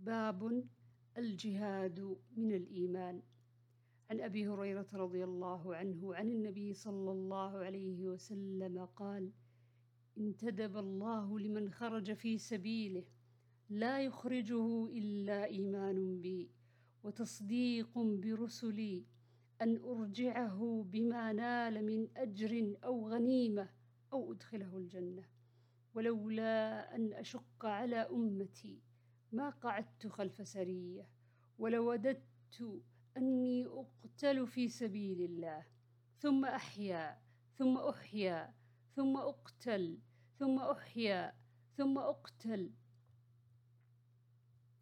باب الجهاد من الإيمان. عن أبي هريرة رضي الله عنه عن النبي صلى الله عليه وسلم قال: انتدب الله لمن خرج في سبيله لا يخرجه إلا إيمان بي وتصديق برسلي أن أرجعه بما نال من أجر أو غنيمة أو أدخله الجنة، ولولا أن أشق على أمتي ما قعدت خلف سرية، ولوددت أني أقتل في سبيل الله ثم أحيا ثم أحيا ثم أقتل ثم أحيا ثم أقتل